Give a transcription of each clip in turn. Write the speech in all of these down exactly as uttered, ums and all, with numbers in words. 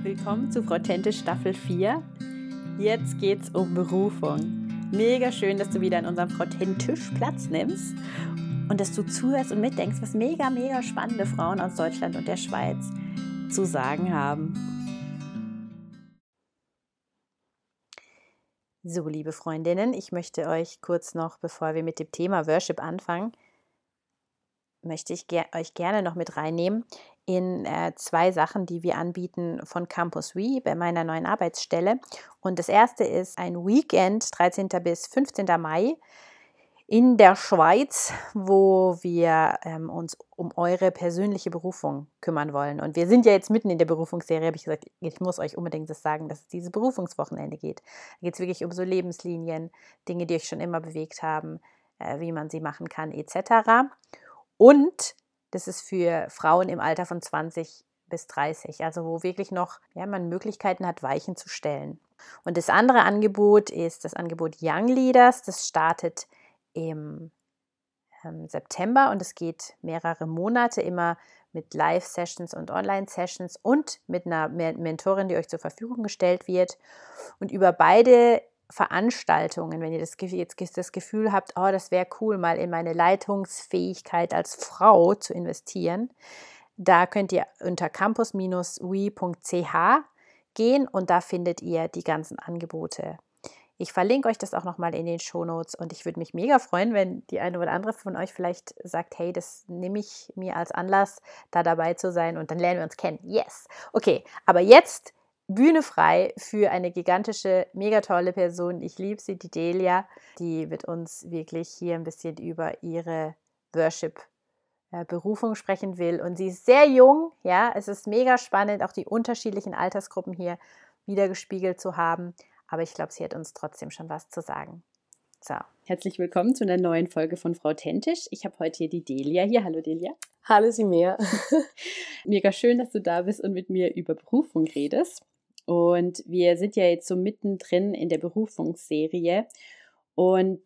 Willkommen zu Frau Tente Staffel vier. Jetzt geht's um Berufung. Mega schön, dass du wieder in unserem Frau Tentisch Platz nimmst und dass du zuhörst und mitdenkst, was mega, mega spannende Frauen aus Deutschland und der Schweiz zu sagen haben. So, liebe Freundinnen, ich möchte euch kurz noch, bevor wir mit dem Thema Worship anfangen, möchte ich ger- euch gerne noch mit reinnehmen in äh, zwei Sachen, die wir anbieten von Campus We bei meiner neuen Arbeitsstelle. Und das erste ist ein Weekend, dreizehnten bis fünfzehnten Mai in der Schweiz, wo wir ähm, uns um eure persönliche Berufung kümmern wollen. Und wir sind ja jetzt mitten in der Berufungsserie, habe ich gesagt, ich muss euch unbedingt das sagen, dass es dieses Berufungswochenende geht. Da geht es wirklich um so Lebenslinien, Dinge, die euch schon immer bewegt haben, äh, wie man sie machen kann, et cetera. Und das ist für Frauen im Alter von zwanzig bis dreißig, also wo wirklich noch ja, man Möglichkeiten hat, Weichen zu stellen. Und das andere Angebot ist das Angebot Young Leaders. Das startet im ähm, September und es geht mehrere Monate, immer mit Live-Sessions und Online-Sessions und mit einer Mentorin, die euch zur Verfügung gestellt wird. Und über beide Veranstaltungen, wenn ihr das, jetzt das Gefühl habt, oh, das wäre cool, mal in meine Leitungsfähigkeit als Frau zu investieren, da könnt ihr unter campus we punkt c h gehen und da findet ihr die ganzen Angebote. Ich verlinke euch das auch nochmal in den Shownotes und ich würde mich mega freuen, wenn die eine oder andere von euch vielleicht sagt, hey, das nehme ich mir als Anlass, da dabei zu sein und dann lernen wir uns kennen. Yes! Okay, aber jetzt Bühne frei für eine gigantische, mega tolle Person. Ich liebe sie, die Delia. Die wird uns wirklich hier ein bisschen über ihre Worship-Berufung sprechen will. Und sie ist sehr jung, ja. Es ist mega spannend, auch die unterschiedlichen Altersgruppen hier wiedergespiegelt zu haben. Aber ich glaube, sie hat uns trotzdem schon was zu sagen. So, herzlich willkommen zu einer neuen Folge von Frau Tentisch. Ich habe heute hier die Delia hier. Hallo Delia. Hallo Simea. Mega schön, dass du da bist und mit mir über Berufung redest. Und wir sind ja jetzt so mittendrin in der Berufungsserie. Und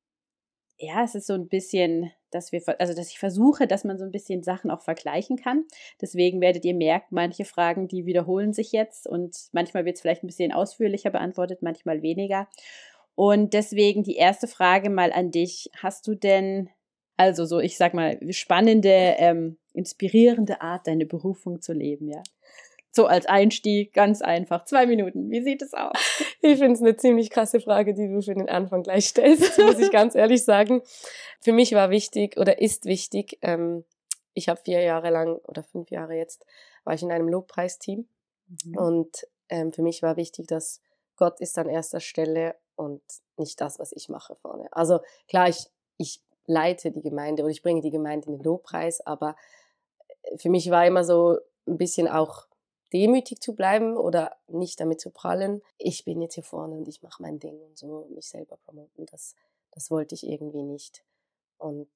ja, es ist so ein bisschen, dass wir, also dass ich versuche, dass man so ein bisschen Sachen auch vergleichen kann. Deswegen werdet ihr merken, manche Fragen, die wiederholen sich jetzt und manchmal wird es vielleicht ein bisschen ausführlicher beantwortet, manchmal weniger. Und deswegen die erste Frage mal an dich. Hast du denn, also so, ich sag mal, spannende, ähm, inspirierende Art, deine Berufung zu leben, ja? So als Einstieg, ganz einfach, zwei Minuten. Wie sieht es aus? Ich finde es eine ziemlich krasse Frage, die du für den Anfang gleich stellst, muss ich ganz ehrlich sagen. Für mich war wichtig oder ist wichtig, ähm, ich habe vier Jahre lang oder fünf Jahre jetzt, war ich in einem Lobpreisteam mhm. und ähm, für mich war wichtig, dass Gott ist an erster Stelle und nicht das, was ich mache vorne. Also klar, ich, ich leite die Gemeinde oder ich bringe die Gemeinde in den Lobpreis, aber für mich war immer so ein bisschen auch demütig zu bleiben oder nicht damit zu prallen. Ich bin jetzt hier vorne und ich mache mein Ding und so mich selber promoten. Das, das wollte ich irgendwie nicht. Und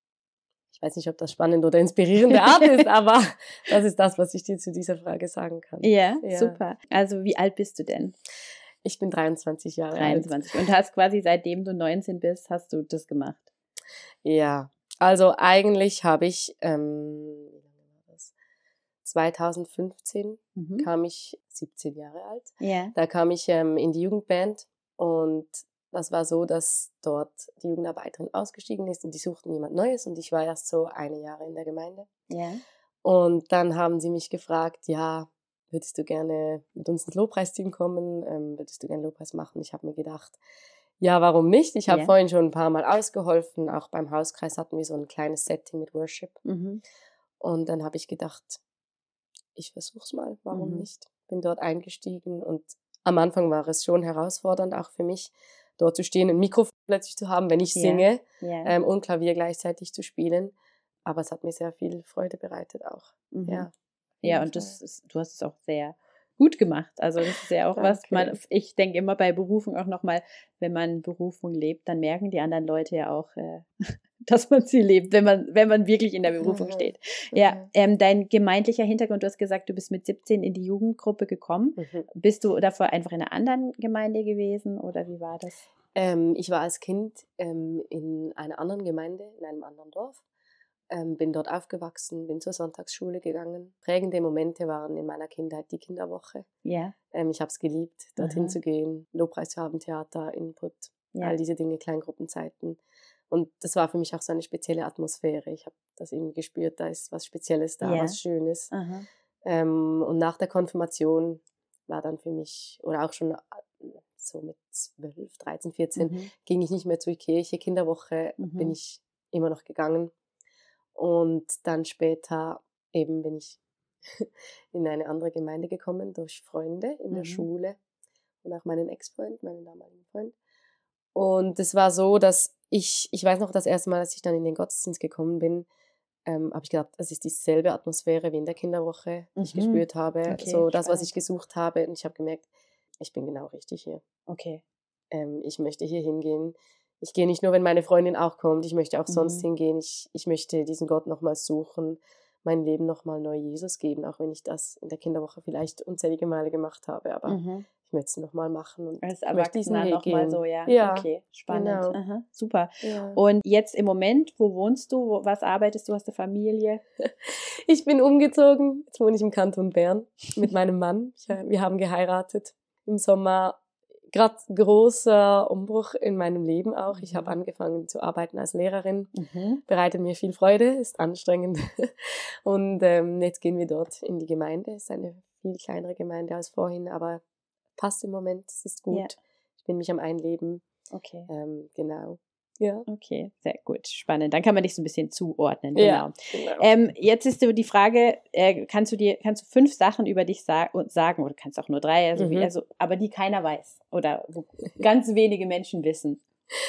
ich weiß nicht, ob das spannend oder inspirierende Art ist, aber das ist das, was ich dir zu dieser Frage sagen kann. Ja, ja, super. Also wie alt bist du denn? Ich bin dreiundzwanzig Jahre dreiundzwanzig alt. Und hast quasi seitdem du neunzehn bist, hast du das gemacht? Ja, also eigentlich habe ich ähm, zweitausendfünfzehn mhm. kam ich siebzehn Jahre alt. Ja. Da kam ich ähm, in die Jugendband und das war so, dass dort die Jugendarbeiterin ausgestiegen ist und die suchten jemand Neues und ich war erst so eine Jahre in der Gemeinde. Ja. Und dann haben sie mich gefragt, ja, würdest du gerne mit uns ins Lobpreisteam kommen? Ähm, würdest du gerne Lobpreis machen? Ich habe mir gedacht, ja, warum nicht? Ich habe ja. vorhin schon ein paar Mal ausgeholfen. Auch beim Hauskreis hatten wir so ein kleines Setting mit Worship. Mhm. Und dann habe ich gedacht, ich versuch's mal, warum mhm. nicht? Bin dort eingestiegen und am Anfang war es schon herausfordernd, auch für mich, dort zu stehen, ein Mikrofon plötzlich zu haben, wenn ich yeah. singe yeah. Ähm, und Klavier gleichzeitig zu spielen. Aber es hat mir sehr viel Freude bereitet auch. Mhm. Ja, ja und das ist, du hast es auch sehr gut gemacht. Also das ist ja auch was, man, ich denke immer bei Berufung auch nochmal, wenn man Berufung lebt, dann merken die anderen Leute ja auch, äh, dass man sie lebt, wenn man, wenn man wirklich in der Berufung steht. Ja, ähm, dein gemeindlicher Hintergrund, du hast gesagt, du bist mit siebzehn in die Jugendgruppe gekommen. Mhm. Bist du davor einfach in einer anderen Gemeinde gewesen oder wie war das? Ähm, ich war als Kind ähm, in einer anderen Gemeinde, in einem anderen Dorf ähm, bin dort aufgewachsen, bin zur Sonntagsschule gegangen. Prägende Momente waren in meiner Kindheit die Kinderwoche. Ja. Ähm, ich habe es geliebt, dorthin Aha. zu gehen, Lobpreis zu haben, Theater, Input, Ja. all diese Dinge, Kleingruppenzeiten. Und das war für mich auch so eine spezielle Atmosphäre. Ich habe das irgendwie gespürt, da ist was Spezielles da, Ja. was Schönes. Aha. Ähm, und nach der Konfirmation war dann für mich, oder auch schon so mit zwölf, dreizehn, vierzehn, Mhm. ging ich nicht mehr zur Kirche. Kinderwoche Mhm. bin ich immer noch gegangen. Und dann später eben bin ich in eine andere Gemeinde gekommen durch Freunde in der Mhm. Schule und auch meinen Ex-Freund, meinen damaligen Freund. Und es war so, dass ich, ich weiß noch, das erste Mal, als ich dann in den Gottesdienst gekommen bin, ähm, habe ich gedacht, es ist dieselbe Atmosphäre wie in der Kinderwoche, die ich Mhm. gespürt habe. Okay, So das, was spannend. ich gesucht habe. Und ich habe gemerkt, ich bin genau richtig hier. Okay. Ähm, ich möchte hier hingehen. Ich gehe nicht nur, wenn meine Freundin auch kommt, ich möchte auch sonst Mhm. hingehen. Ich, ich möchte diesen Gott nochmal suchen, mein Leben nochmal neu Jesus geben, auch wenn ich das in der Kinderwoche vielleicht unzählige Male gemacht habe. Aber Mhm. ich möchte es nochmal machen und Als ich möchte diesen Erwachsener Weg nochmal gehen. so, ja. Ja, Okay, spannend. genau. Aha, super. Ja. Und jetzt im Moment, wo wohnst du? Wo, was arbeitest du? Hast du Familie? Ich bin umgezogen. Jetzt wohne ich im Kanton Bern mit meinem Mann. Ich, wir haben geheiratet im Sommer. Gerade großer Umbruch in meinem Leben auch. Ich habe angefangen zu arbeiten als Lehrerin. Mhm. Bereitet mir viel Freude, ist anstrengend. Und ähm, jetzt gehen wir dort in die Gemeinde. Es ist eine viel kleinere Gemeinde als vorhin, aber passt im Moment, es ist gut. Ja. Ich bin mich am Einleben. Okay. Ähm, genau. Ja. Okay, sehr gut, spannend. Dann kann man dich so ein bisschen zuordnen, genau. Ja, genau. Ähm, jetzt ist so die Frage, äh, kannst du dir, kannst du fünf Sachen über dich sa- sagen, oder kannst auch nur drei, also Mhm. wie, also, aber die keiner weiß oder wo ganz wenige Menschen wissen.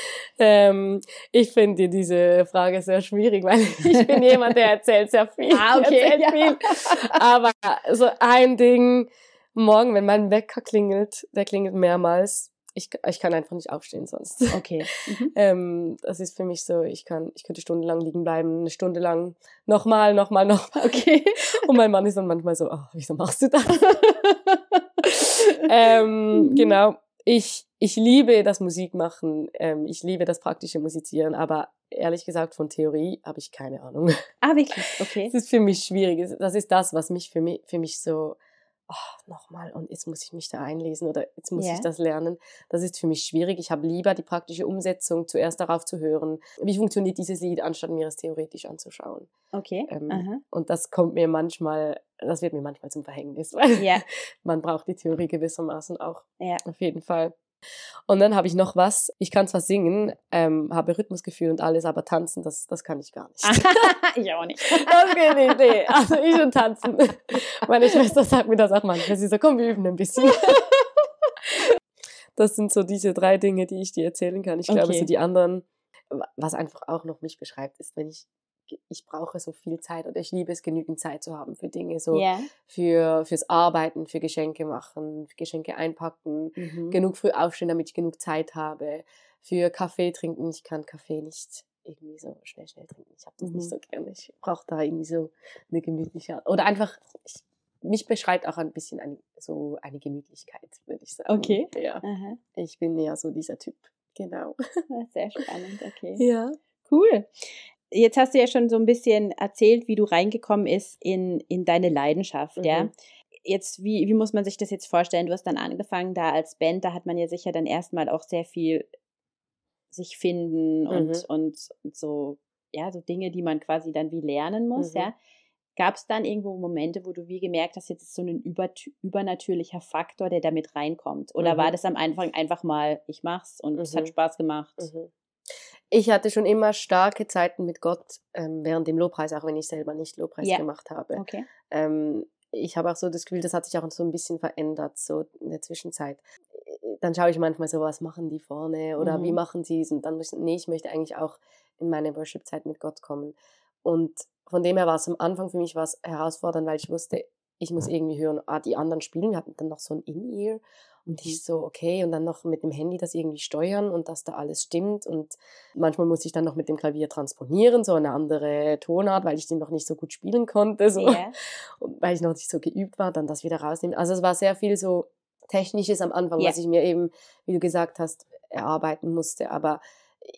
Ähm, ich finde diese Frage sehr schwierig, weil ich bin jemand, der erzählt sehr viel. Ah, okay, erzählt ja. viel. Aber so ein Ding, morgen, wenn mein Wecker klingelt, der klingelt mehrmals, ich, ich kann einfach nicht aufstehen sonst. Okay. Mhm. Ähm, das ist für mich so, ich kann, ich könnte stundenlang liegen bleiben, eine Stunde lang, nochmal, nochmal, nochmal. Okay. Und mein Mann ist dann manchmal so, oh, wieso machst du das? ähm, genau. Ich, ich liebe das Musikmachen, ähm, ich liebe das praktische Musizieren, aber ehrlich gesagt von Theorie habe ich keine Ahnung. Ah, wirklich? Okay. Das ist für mich schwierig. Das ist das, was mich für mich, für mich so, oh, nochmal und jetzt muss ich mich da einlesen oder jetzt muss Ja. ich das lernen. Das ist für mich schwierig. Ich habe lieber die praktische Umsetzung, zuerst darauf zu hören, wie funktioniert dieses Lied, anstatt mir es theoretisch anzuschauen. Okay. Ähm, Aha. und das kommt mir manchmal, das wird mir manchmal zum Verhängnis, weil Ja. man braucht die Theorie gewissermaßen auch. Ja. Auf jeden Fall. Und dann habe ich noch was, ich kann zwar singen, ähm, habe Rhythmusgefühl und alles, aber tanzen, das, das kann ich gar nicht. Ich auch nicht. Das geht nicht, nee. Also ich und tanzen. Meine Schwester sagt mir das auch manchmal. Sie sagt, komm, wir üben ein bisschen. Das sind so diese drei Dinge, die ich dir erzählen kann. Ich glaube, Okay. so die anderen, was einfach auch noch mich beschreibt, ist, wenn ich, ich brauche so viel Zeit oder ich liebe es, genügend Zeit zu haben für Dinge, so Ja. für, fürs Arbeiten, für Geschenke machen, für Geschenke einpacken, Mhm. genug früh aufstehen, damit ich genug Zeit habe, für Kaffee trinken. Ich kann Kaffee nicht irgendwie so schnell, schnell trinken. Ich habe das Mhm. nicht so gerne. Ich brauche da irgendwie so eine gemütliche Art. Oder einfach, ich, mich beschreibt auch ein bisschen eine, so eine Gemütlichkeit, würde ich sagen. Okay. Ja, Aha. ich bin ja so dieser Typ. Genau. Sehr spannend, okay. Ja. Cool. Jetzt hast du ja schon so ein bisschen erzählt, wie du reingekommen ist in, in deine Leidenschaft, Mhm. ja. Jetzt, wie, wie muss man sich das jetzt vorstellen? Du hast dann angefangen da als Band, da hat man ja sicher dann erstmal auch sehr viel sich finden und, Mhm. und, und so, ja, so Dinge, die man quasi dann wie lernen muss, Mhm. ja. Gab es dann irgendwo Momente, wo du wie gemerkt hast, jetzt ist so ein über, übernatürlicher Faktor, der damit reinkommt? Oder Mhm. war das am Anfang einfach mal, ich mach's und es Mhm. hat Spaß gemacht? Mhm. Ich hatte schon immer starke Zeiten mit Gott ähm, während dem Lobpreis, auch wenn ich selber nicht Lobpreis Ja. gemacht habe. Okay. Ähm, ich habe auch so das Gefühl, das hat sich auch so ein bisschen verändert, so in der Zwischenzeit. Dann schaue ich manchmal so, was machen die vorne oder Mhm. wie machen sie es? Und dann muss ich, nee, ich möchte eigentlich auch in meine Worship-Zeit mit Gott kommen. Und von dem her war es am Anfang für mich was herausfordernd, weil ich wusste, ich muss irgendwie hören, ah, die anderen spielen. Wir hatten dann noch so ein In-Ear. Und ich so, okay, und dann noch mit dem Handy das irgendwie steuern und dass da alles stimmt. Und manchmal musste ich dann noch mit dem Klavier transponieren, so eine andere Tonart, weil ich den noch nicht so gut spielen konnte. So. Ja. Und weil ich noch nicht so geübt war, dann das wieder rausnehmen. Also es war sehr viel so Technisches am Anfang, Ja. was ich mir eben, wie du gesagt hast, erarbeiten musste. Aber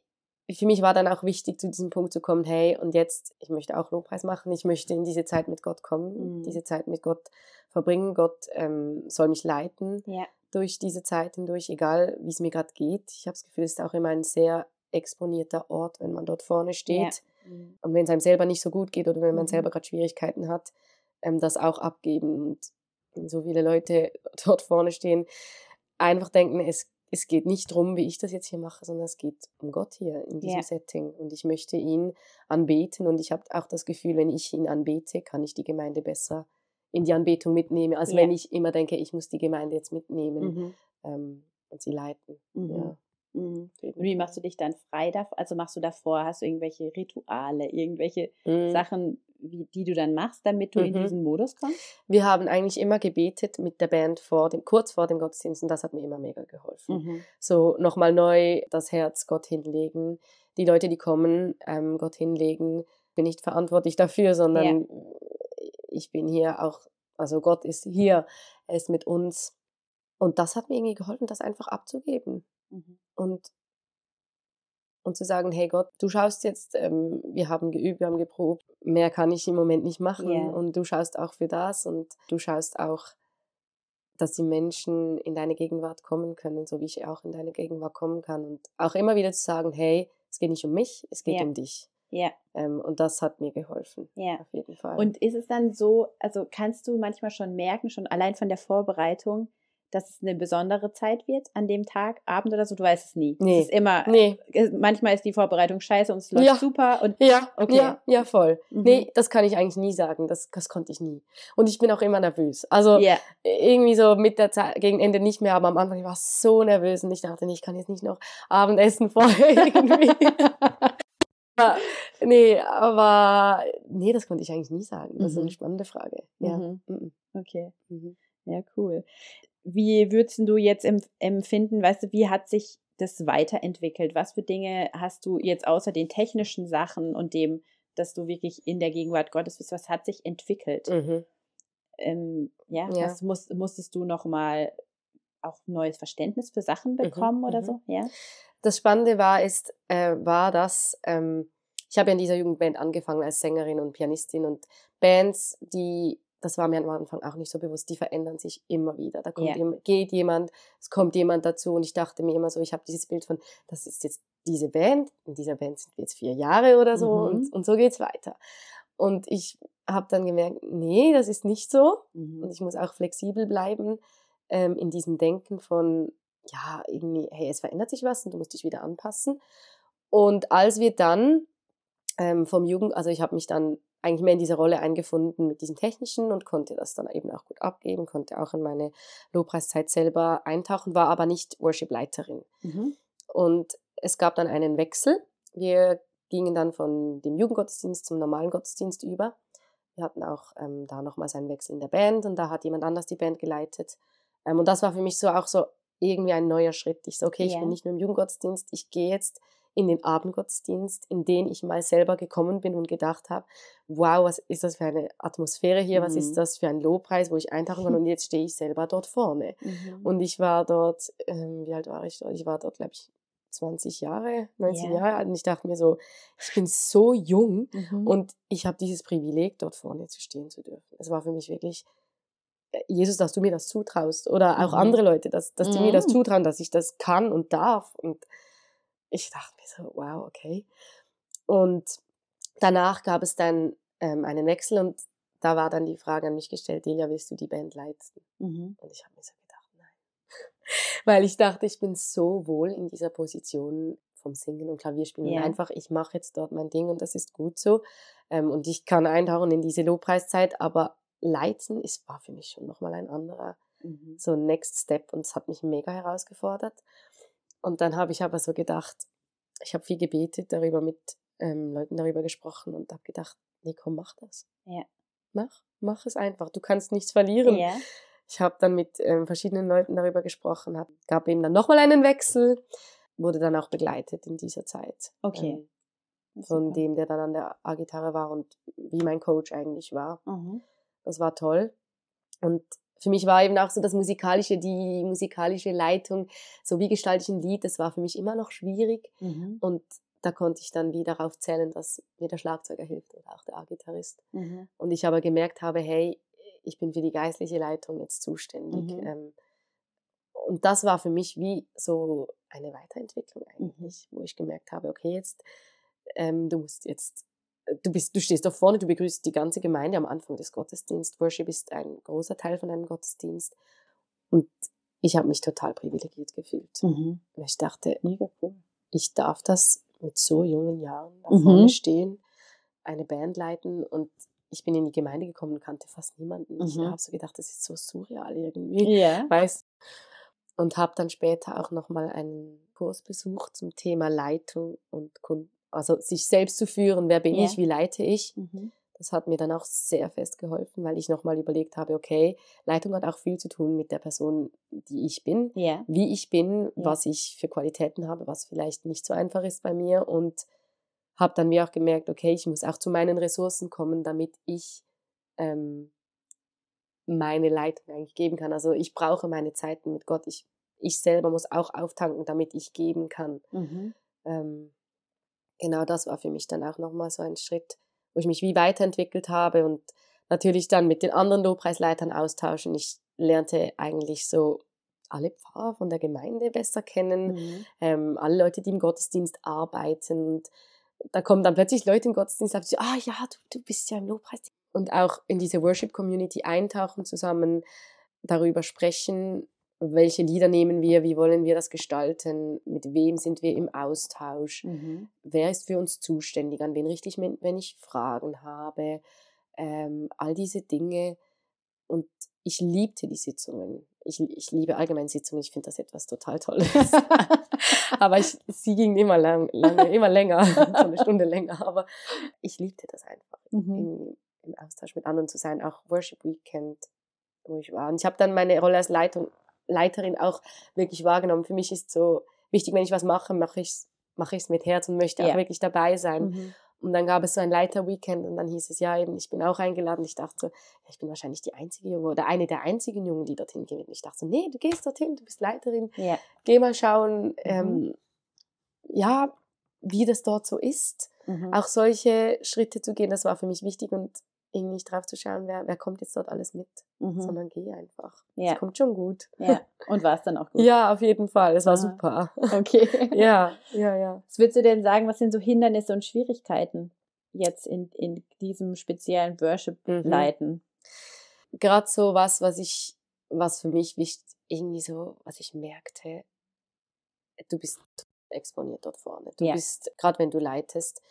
für mich war dann auch wichtig, zu diesem Punkt zu kommen, hey, und jetzt, ich möchte auch Lobpreis machen, ich möchte in diese Zeit mit Gott kommen, Mhm. diese Zeit mit Gott verbringen. Gott ähm, soll mich leiten Ja. durch diese Zeit hindurch, egal wie es mir gerade geht. Ich habe das Gefühl, es ist auch immer ein sehr exponierter Ort, wenn man dort vorne steht. Ja. Mhm. Und wenn es einem selber nicht so gut geht oder wenn man Mhm. selber gerade Schwierigkeiten hat, ähm, das auch abgeben. Und wenn so viele Leute dort vorne stehen, einfach denken, es Es geht nicht darum, wie ich das jetzt hier mache, sondern es geht um Gott hier in diesem Ja. Setting. Und ich möchte ihn anbeten. Und ich habe auch das Gefühl, wenn ich ihn anbete, kann ich die Gemeinde besser in die Anbetung mitnehmen, als Ja. wenn ich immer denke, ich muss die Gemeinde jetzt mitnehmen Mhm. ähm, und sie leiten. Mhm. Ja, Mhm. auf jeden Und wie Fall. machst du dich dann frei davor? Also machst du davor, hast du irgendwelche Rituale, irgendwelche Mhm. Sachen, wie, die du dann machst, damit du in Mhm. diesen Modus kommst? Wir haben eigentlich immer gebetet mit der Band vor dem, kurz vor dem Gottesdienst, und das hat mir immer mega geholfen. Mhm. So nochmal neu das Herz Gott hinlegen. Die Leute, die kommen, ähm, Gott hinlegen. Ich bin nicht verantwortlich dafür, sondern ich bin hier auch, also Gott ist hier, er ist mit uns. Und das hat mir irgendwie geholfen, das einfach abzugeben. Mhm. Und, und zu sagen, hey Gott, du schaust jetzt, ähm, wir haben geübt, wir haben geprobt, mehr kann ich im Moment nicht machen. Ja. Und du schaust auch für das und du schaust auch, dass die Menschen in deine Gegenwart kommen können, so wie ich auch in deine Gegenwart kommen kann. Und auch immer wieder zu sagen, hey, es geht nicht um mich, es geht Ja. um dich. Ja. Ähm, und das hat mir geholfen, Ja. auf jeden Fall. Und ist es dann so, also kannst du manchmal schon merken, schon allein von der Vorbereitung, dass es eine besondere Zeit wird an dem Tag, Abend oder so? Du weißt es nie. Nee. Es ist immer, Nee. äh, manchmal ist die Vorbereitung scheiße und es läuft Ja. super. Und Ja, okay. ja, ja, voll. Mhm. Nee, das kann ich eigentlich nie sagen. Das, das konnte ich nie. Und ich bin auch immer nervös. Also Ja. irgendwie so mit der Zeit, gegen Ende nicht mehr, aber am Anfang ich war so nervös und ich dachte, nee, ich kann jetzt nicht noch Abendessen vorher irgendwie. Ja, nee, aber nee, das konnte ich eigentlich nie sagen. Das ist Mhm. eine spannende Frage. Ja. Mhm. Mhm. Okay. Mhm. Ja, cool. Wie würdest du jetzt empf- empfinden, weißt du, wie hat sich das weiterentwickelt? Was für Dinge hast du jetzt außer den technischen Sachen und dem, dass du wirklich in der Gegenwart Gottes bist, was hat sich entwickelt? Mhm. Ähm, ja, Ja. was musst, musstest du nochmal auch neues Verständnis für Sachen bekommen Mhm. oder Mhm. so? Ja. Das Spannende war, ist, äh, war, dass ähm, ich habe ja in dieser Jugendband angefangen als Sängerin und Pianistin, und Bands, die, das war mir am Anfang auch nicht so bewusst, die verändern sich immer wieder. Da kommt Ja. jem- geht jemand, es kommt jemand dazu, und ich dachte mir immer so, ich habe dieses Bild von, das ist jetzt diese Band, in dieser Band sind wir jetzt vier Jahre oder so, Mhm. und, und so geht's weiter. Und ich habe dann gemerkt, nee, das ist nicht so, Mhm. und ich muss auch flexibel bleiben ähm, in diesem Denken von, ja, irgendwie, hey, es verändert sich was und du musst dich wieder anpassen. Und als wir dann ähm, vom Jugend, also ich habe mich dann eigentlich mehr in diese Rolle eingefunden mit diesem Technischen und konnte das dann eben auch gut abgeben, konnte auch in meine Lobpreiszeit selber eintauchen, war aber nicht Worship-Leiterin. Mhm. Und es gab dann einen Wechsel. Wir gingen dann von dem Jugendgottesdienst zum normalen Gottesdienst über. Wir hatten auch ähm, da nochmals einen Wechsel in der Band, und da hat jemand anders die Band geleitet. Ähm, und das war für mich so auch so irgendwie ein neuer Schritt. Ich so, okay, ich Ja. bin nicht nur im Jugendgottesdienst, ich gehe jetzt in den Abendgottesdienst, in den ich mal selber gekommen bin und gedacht habe, wow, was ist das für eine Atmosphäre hier, was Mhm. ist das für ein Lobpreis, wo ich eintauchen kann, und jetzt stehe ich selber dort vorne. Mhm. Und ich war dort, ähm, wie alt war ich dort? Ich war dort, glaube ich, zwanzig Jahre, neunzehn Ja. Jahre alt, und ich dachte mir so, ich bin so jung Mhm. und ich habe dieses Privileg, dort vorne zu stehen zu dürfen. Es war für mich wirklich, äh, Jesus, dass du mir das zutraust, oder auch Mhm. andere Leute, dass, dass die mir das Mhm. zutrauen, dass ich das kann und darf. Und ich dachte mir so, wow, okay. Und danach gab es dann ähm, einen Wechsel, und da war dann die Frage an mich gestellt, Delia, willst du die Band leiten? Mhm. Und ich habe mir so gedacht, nein. Weil ich dachte, ich bin so wohl in dieser Position vom Singen und Klavierspielen. Ja. Und einfach, ich mache jetzt dort mein Ding und das ist gut so. Ähm, und ich kann eintauchen in diese Lobpreiszeit, aber leiten ist, war für mich schon nochmal ein anderer, Mhm. so Next Step, und es hat mich mega herausgefordert. Und dann habe ich aber so gedacht, ich habe viel gebetet, darüber mit ähm, Leuten darüber gesprochen und habe gedacht, nee, komm, mach das. Ja. Mach, mach es einfach. Du kannst nichts verlieren. Ja. Ich habe dann mit ähm, verschiedenen Leuten darüber gesprochen, hab, gab eben dann nochmal einen Wechsel, wurde dann auch begleitet in dieser Zeit. Okay. Ähm, von Super. dem, der dann an der A-Gitarre war und wie mein Coach eigentlich war. Mhm. Das war toll. Und für mich war eben auch so das Musikalische, die musikalische Leitung, so wie gestalte ich ein Lied, das war für mich immer noch schwierig. Mhm. Und da konnte ich dann wieder darauf zählen, dass mir der Schlagzeuger hilft oder auch der A-Gitarrist. Mhm. Und ich aber gemerkt habe, hey, ich bin für die geistliche Leitung jetzt zuständig. Mhm. Ähm, und das war für mich wie so eine Weiterentwicklung eigentlich, mhm. wo ich gemerkt habe, okay, jetzt, ähm, du musst jetzt, du bist, du stehst da vorne, du begrüßt die ganze Gemeinde am Anfang des Gottesdienstes. Worship ist ein großer Teil von einem Gottesdienst. Und ich habe mich total privilegiert gefühlt. Mhm. Weil ich dachte, mega cool. Ich darf das mit so jungen Jahren da Mhm. vorne stehen, eine Band leiten, und ich bin in die Gemeinde gekommen und kannte fast niemanden. Mhm. Ich habe so gedacht, das ist so surreal irgendwie. Ja. Weißt, und habe dann später auch nochmal einen Kurs besucht zum Thema Leitung und Kunden. Also sich selbst zu führen, wer bin Ja. ich, wie leite ich. Mhm. Das hat mir dann auch sehr fest geholfen, weil ich nochmal überlegt habe, okay, Leitung hat auch viel zu tun mit der Person, die ich bin, Ja. wie ich bin, Ja. was ich für Qualitäten habe, was vielleicht nicht so einfach ist bei mir, und habe dann mir auch gemerkt, okay, ich muss auch zu meinen Ressourcen kommen, damit ich ähm, meine Leitung eigentlich geben kann. Also ich brauche meine Zeiten mit Gott. Ich, ich selber muss auch auftanken, damit ich geben kann. Mhm. Ähm, genau das war für mich dann auch nochmal so ein Schritt, wo ich mich wie weiterentwickelt habe und natürlich dann mit den anderen Lobpreisleitern austauschen. Ich lernte eigentlich so alle Pfarrer von der Gemeinde besser kennen, Mhm. ähm, alle Leute, die im Gottesdienst arbeiten. Und da kommen dann plötzlich Leute im Gottesdienst und sagen, ah ja, du, du bist ja im Lobpreis. Und auch in diese Worship-Community eintauchen, zusammen darüber sprechen, welche Lieder nehmen wir, wie wollen wir das gestalten, mit wem sind wir im Austausch, Mhm. wer ist für uns zuständig, an wen richte ich mich, wenn ich Fragen habe, ähm, all diese Dinge. Und ich liebte die Sitzungen. Ich, ich liebe allgemein Sitzungen, ich finde das etwas total Tolles. Aber ich, sie ging immer lang, lange, immer länger, so eine Stunde länger, aber ich liebte das einfach, Mhm. in, im Austausch mit anderen zu sein, auch Worship Weekend, wo ich war. Und ich habe dann meine Rolle als Leitung, Leiterin auch wirklich wahrgenommen. Für mich ist so wichtig, wenn ich was mache, mache ich es mache ich es mit Herz und möchte Ja. auch wirklich dabei sein. Mhm. Und dann gab es so ein Leiter-Weekend und dann hieß es, ja eben, ich bin auch eingeladen. Ich dachte so, ja, ich bin wahrscheinlich die einzige Junge oder eine der einzigen Jungen, die dorthin gehen. Und ich dachte so, nee, du gehst dorthin, du bist Leiterin. Ja. Geh mal schauen, Mhm. ähm, ja, wie das dort so ist. Mhm. Auch solche Schritte zu gehen, das war für mich wichtig, und irgendwie nicht drauf zu schauen, wer, wer kommt jetzt dort alles mit, Mhm. sondern geh einfach. Ja. Es kommt schon gut. Ja. Und war es dann auch gut? Ja, auf jeden Fall. Es war Ah. super. Okay. Ja, ja, ja. Was würdest du denn sagen, was sind so Hindernisse und Schwierigkeiten jetzt in, in diesem speziellen Worship-Leiten? Mhm. Gerade so was, was ich, was für mich wichtig, irgendwie so, was ich merkte, du bist exponiert dort vorne. Du Ja. bist, gerade wenn du leitest,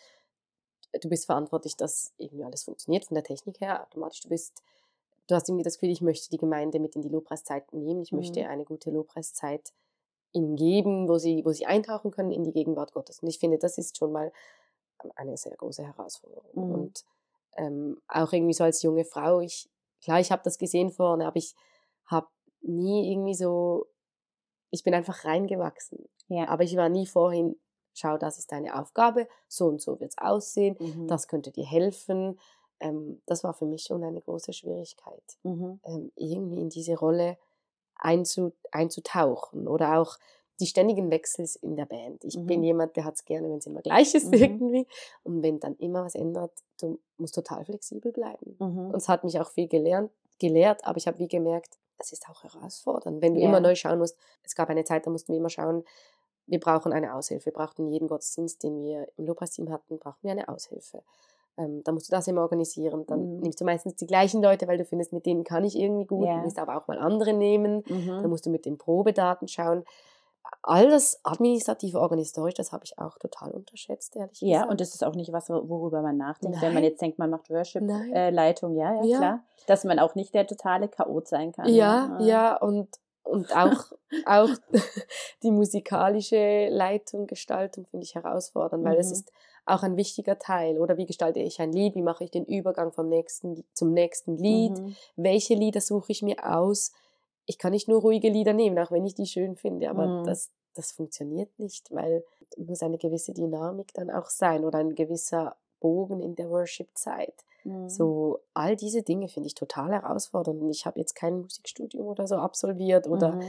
du bist verantwortlich, dass irgendwie alles funktioniert von der Technik her automatisch. Du bist, du hast irgendwie das Gefühl, ich möchte die Gemeinde mit in die Lobpreiszeit nehmen. Ich Mhm. möchte eine gute Lobpreiszeit ihnen geben, wo sie, wo sie eintauchen können in die Gegenwart Gottes. Und ich finde, das ist schon mal eine sehr große Herausforderung. Mhm. Und ähm, auch irgendwie so als junge Frau, ich, klar, ich habe das gesehen vorne, aber ich habe nie irgendwie so, ich bin einfach reingewachsen. Ja. Aber ich war nie vorhin, schau, das ist deine Aufgabe, so und so wird es aussehen, Mhm. das könnte dir helfen. Ähm, das war für mich schon eine große Schwierigkeit, Mhm. ähm, irgendwie in diese Rolle einzu, einzutauchen oder auch die ständigen Wechsels in der Band. Ich Mhm. bin jemand, der hat es gerne, wenn es immer gleich ist Mhm. irgendwie. Und wenn dann immer was ändert, du musst total flexibel bleiben. Mhm. Und es hat mich auch viel gelernt, gelehrt, aber ich habe wie gemerkt, es ist auch herausfordernd, wenn du Ja. immer neu schauen musst. Es gab eine Zeit, da mussten wir immer schauen, wir brauchen eine Aushilfe. Wir brauchten jeden Gottesdienst, den wir im Lobpreisteam hatten, brauchten wir eine Aushilfe. Ähm, da musst du das immer organisieren. Dann Mhm. nimmst du meistens die gleichen Leute, weil du findest, mit denen kann ich irgendwie gut. Ja. Du willst aber auch mal andere nehmen. Mhm. Dann musst du mit den Probedaten schauen. All das administrative, organisatorisch, das habe ich auch total unterschätzt, ehrlich Ja, gesagt. und das ist auch nicht was, worüber man nachdenkt, wenn man Nein. jetzt denkt, man macht Nein. Worship-Leitung. Ja, ja, Ja. klar. Dass man auch nicht der totale Chaot sein kann. Ja, Ja, ja, und, und auch, auch die musikalische Leitung, Gestaltung finde ich herausfordernd, weil es Mhm. ist auch ein wichtiger Teil. Oder wie gestalte ich ein Lied? Wie mache ich den Übergang vom nächsten zum nächsten Lied? Mhm. Welche Lieder suche ich mir aus? Ich kann nicht nur ruhige Lieder nehmen, auch wenn ich die schön finde, aber Mhm. das, das funktioniert nicht, weil es muss eine gewisse Dynamik dann auch sein oder ein gewisser Bogen in der Worship-Zeit. Mhm. So, all diese Dinge finde ich total herausfordernd. Und ich habe jetzt kein Musikstudium oder so absolviert oder Mhm.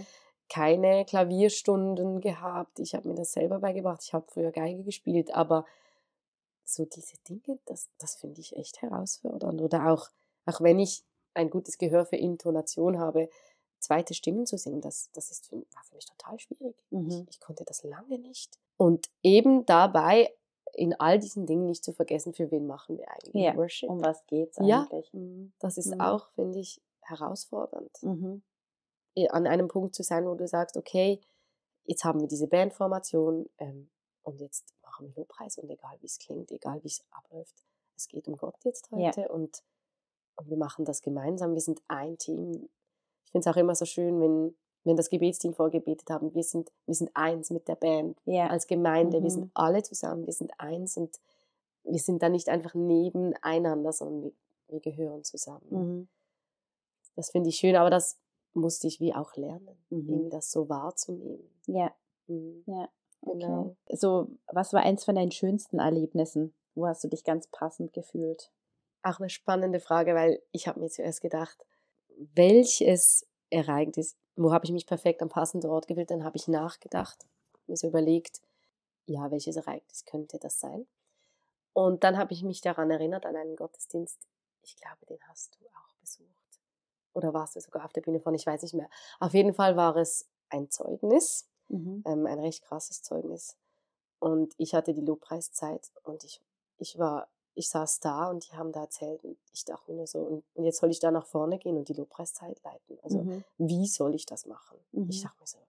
keine Klavierstunden gehabt. Ich habe mir das selber beigebracht. Ich habe früher Geige gespielt, aber so diese Dinge, das, das finde ich echt herausfordernd. Oder auch, auch wenn ich ein gutes Gehör für Intonation habe, zweite Stimmen zu singen, das, das ist für, war für mich total schwierig. Mhm. Ich, ich konnte das lange nicht. Und eben dabei, in all diesen Dingen nicht zu vergessen, für wen machen wir eigentlich Ja, Worship. um was geht's Ja. eigentlich? Mhm. Das ist Mhm. auch, finde ich, herausfordernd. Mhm. An einem Punkt zu sein, wo du sagst, okay, jetzt haben wir diese Bandformation ähm, und jetzt machen wir Lobpreis und egal wie es klingt, egal wie es abläuft, es geht um Gott jetzt heute. Ja. und, und wir machen das gemeinsam, wir sind ein Team. Ich finde es auch immer so schön, wenn, wenn das Gebetsteam vorgebetet haben, wir sind, wir sind eins mit der Band, Ja. als Gemeinde, Mhm. wir sind alle zusammen, wir sind eins und wir sind da nicht einfach nebeneinander, sondern wir, wir gehören zusammen. Mhm. Das finde ich schön, aber das musste ich wie auch lernen, Mhm. irgendwie das so wahrzunehmen. Ja, Mhm. ja, okay. Genau. So, was war eins von deinen schönsten Erlebnissen? Wo hast du dich ganz passend gefühlt? Auch eine spannende Frage, weil ich habe mir zuerst gedacht, welches Ereignis, wo habe ich mich perfekt am passenden Ort gefühlt, dann habe ich nachgedacht, mir so überlegt, ja, welches Ereignis könnte das sein? Und dann habe ich mich daran erinnert, an einen Gottesdienst, ich glaube, den hast du auch besucht. Oder warst du sogar auf der Bühne von, ich weiß nicht mehr. Auf jeden Fall war es ein Zeugnis, Mhm. ähm, ein recht krasses Zeugnis. Und ich hatte die Lobpreiszeit und ich, ich war, ich saß da und die haben da erzählt und ich dachte mir nur so, und, und jetzt soll ich da nach vorne gehen und die Lobpreiszeit leiten. Also Mhm. wie soll ich das machen? Mhm. Ich dachte mir so,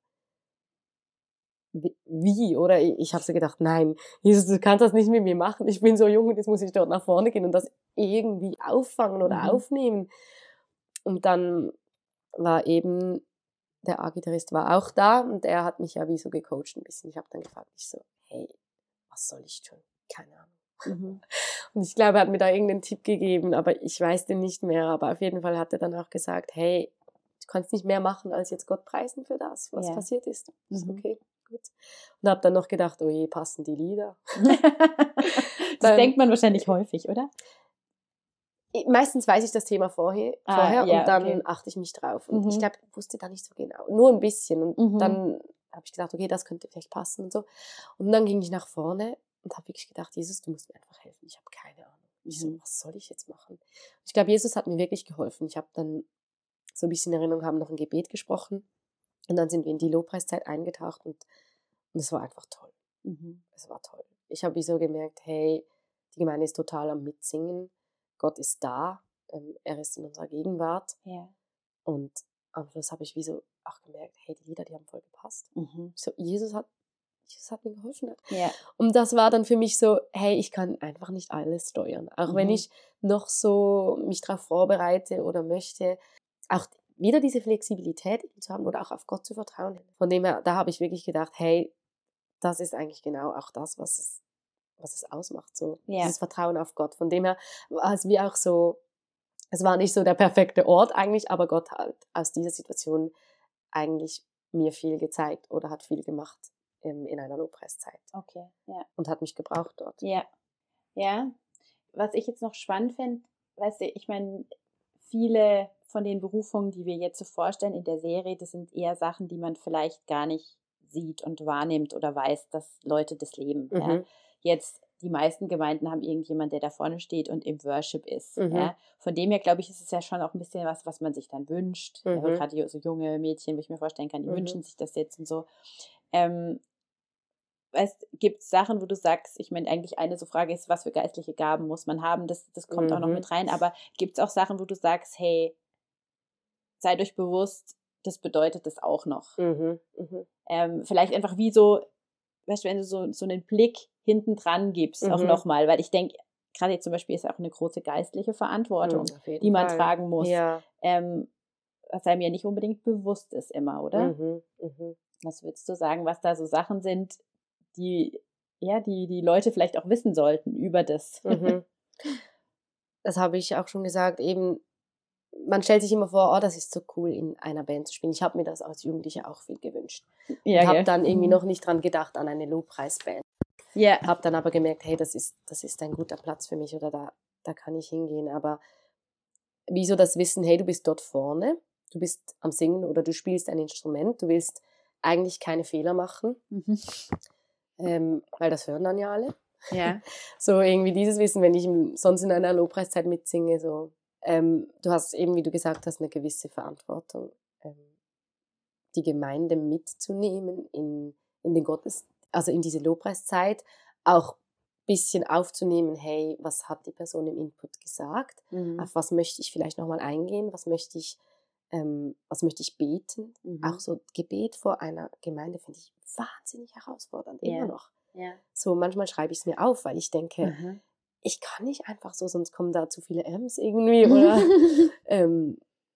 wie, wie? Oder ich, ich habe so gedacht, nein, Jesus, du kannst das nicht mit mir machen. Ich bin so jung und jetzt muss ich dort nach vorne gehen und das irgendwie auffangen oder Mhm. aufnehmen. Und dann war eben, der A-Gitarrist war auch da und er hat mich ja wie so gecoacht ein bisschen. Ich habe dann gefragt, ich so, hey, was soll ich tun? Keine Ahnung. Mhm. Und ich glaube, er hat mir da irgendeinen Tipp gegeben, aber ich weiß den nicht mehr. Aber auf jeden Fall hat er dann auch gesagt, hey, du kannst nicht mehr machen, als jetzt Gott preisen für das, was Ja. passiert ist. Ich so, Mhm. okay, gut. Und habe dann noch gedacht, oh je, passen die Lieder. Das Dann- denkt man wahrscheinlich häufig, oder? Meistens weiß ich das Thema vorher, Ah, vorher ja, und dann okay. achte ich mich drauf. Und Mhm. ich glaube, ich wusste da nicht so genau, nur ein bisschen. Und Mhm. dann habe ich gedacht, okay, das könnte vielleicht passen und so. Und dann ging ich nach vorne und habe wirklich gedacht, Jesus, du musst mir einfach helfen. Ich habe keine Ahnung. Ich so, Mhm. was soll ich jetzt machen? Und ich glaube, Jesus hat mir wirklich geholfen. Ich habe dann so ein bisschen in Erinnerung, haben noch ein Gebet gesprochen und dann sind wir in die Lobpreiszeit eingetaucht und und es war einfach toll. Mhm. Es war toll. Ich habe wie so gemerkt, hey, die Gemeinde ist total am Mitsingen. Gott ist da. Ähm, er ist in unserer Gegenwart. Ja. Und am Schluss habe ich wie so auch gemerkt, hey, die Lieder, die haben voll gepasst. Mhm. Ich so, Jesus hat, Jesus hat mir geholfen. Ja. Und das war dann für mich so, hey, ich kann einfach nicht alles steuern. Auch Mhm. wenn ich noch so mich darauf vorbereite oder möchte, auch wieder diese Flexibilität zu haben oder auch auf Gott zu vertrauen. Von dem her, da habe ich wirklich gedacht, hey, das ist eigentlich genau auch das, was es, was es ausmacht, so Ja. dieses Vertrauen auf Gott. Von dem her war es wie auch so, es war nicht so der perfekte Ort eigentlich, aber Gott hat aus dieser Situation eigentlich mir viel gezeigt oder hat viel gemacht in, in einer Lobpreiszeit Okay, ja. und hat mich gebraucht dort. Ja. Ja. Was ich jetzt noch spannend finde, weißt du, ich meine, viele von den Berufungen, die wir jetzt so vorstellen in der Serie, das sind eher Sachen, die man vielleicht gar nicht sieht und wahrnimmt oder weiß, dass Leute das leben. Mhm. Ja. Jetzt, die meisten Gemeinden haben irgendjemand, der da vorne steht und im Worship ist. Mhm. Ja. Von dem her, glaube ich, ist es ja schon auch ein bisschen was, was man sich dann wünscht. Mhm. Ja, gerade so junge Mädchen, wo ich mir vorstellen kann, die Mhm. wünschen sich das jetzt und so. Ähm, Weißt, gibt es Sachen, wo du sagst, ich meine, eigentlich eine so Frage ist, was für geistliche Gaben muss man haben, das, das kommt Mhm. auch noch mit rein, aber gibt es auch Sachen, wo du sagst, hey, seid euch bewusst, das bedeutet das auch noch. Mhm. Mhm. Ähm, vielleicht einfach wie so, weißt du, wenn du so, so einen Blick hinten dran gibst, auch Mhm. nochmal, weil ich denke, gerade jetzt zum Beispiel ist auch eine große geistliche Verantwortung, Mhm, auf jeden die man Fall. tragen muss, Ja. ähm, was einem ja nicht unbedingt bewusst ist immer, oder? Mhm. Mhm. Was würdest du sagen, was da so Sachen sind, die, ja, die die Leute vielleicht auch wissen sollten über das? Mhm. Das habe ich auch schon gesagt, eben, man stellt sich immer vor, oh, das ist so cool, in einer Band zu spielen. Ich habe mir das als Jugendliche auch viel gewünscht. Ja, und habe gell? dann irgendwie Mhm. noch nicht dran gedacht, an eine Lobpreisband. Ja. Habe dann aber gemerkt, hey, das ist, das ist ein guter Platz für mich oder da, da kann ich hingehen. Aber wieso das Wissen, hey, du bist dort vorne du bist am Singen oder du spielst ein Instrument, du willst eigentlich keine Fehler machen, Mhm. ähm, weil das hören dann ja alle. Ja. So irgendwie dieses Wissen, wenn ich im- sonst in einer Lobpreiszeit mitsinge, so. Ähm, du hast eben, wie du gesagt hast, eine gewisse Verantwortung, ähm, die Gemeinde mitzunehmen in, in den Gottes, also in diese Lobpreiszeit, auch ein bisschen aufzunehmen, hey, was hat die Person im Input gesagt, Mhm. auf was möchte ich vielleicht nochmal eingehen, was möchte ich, ähm, was möchte ich beten. Mhm. Auch so Gebet vor einer Gemeinde finde ich wahnsinnig herausfordernd, Ja. immer noch. Ja. So manchmal schreibe ich es mir auf, weil ich denke, Mhm. ich kann nicht einfach so, sonst kommen da zu viele M's irgendwie oder ähm,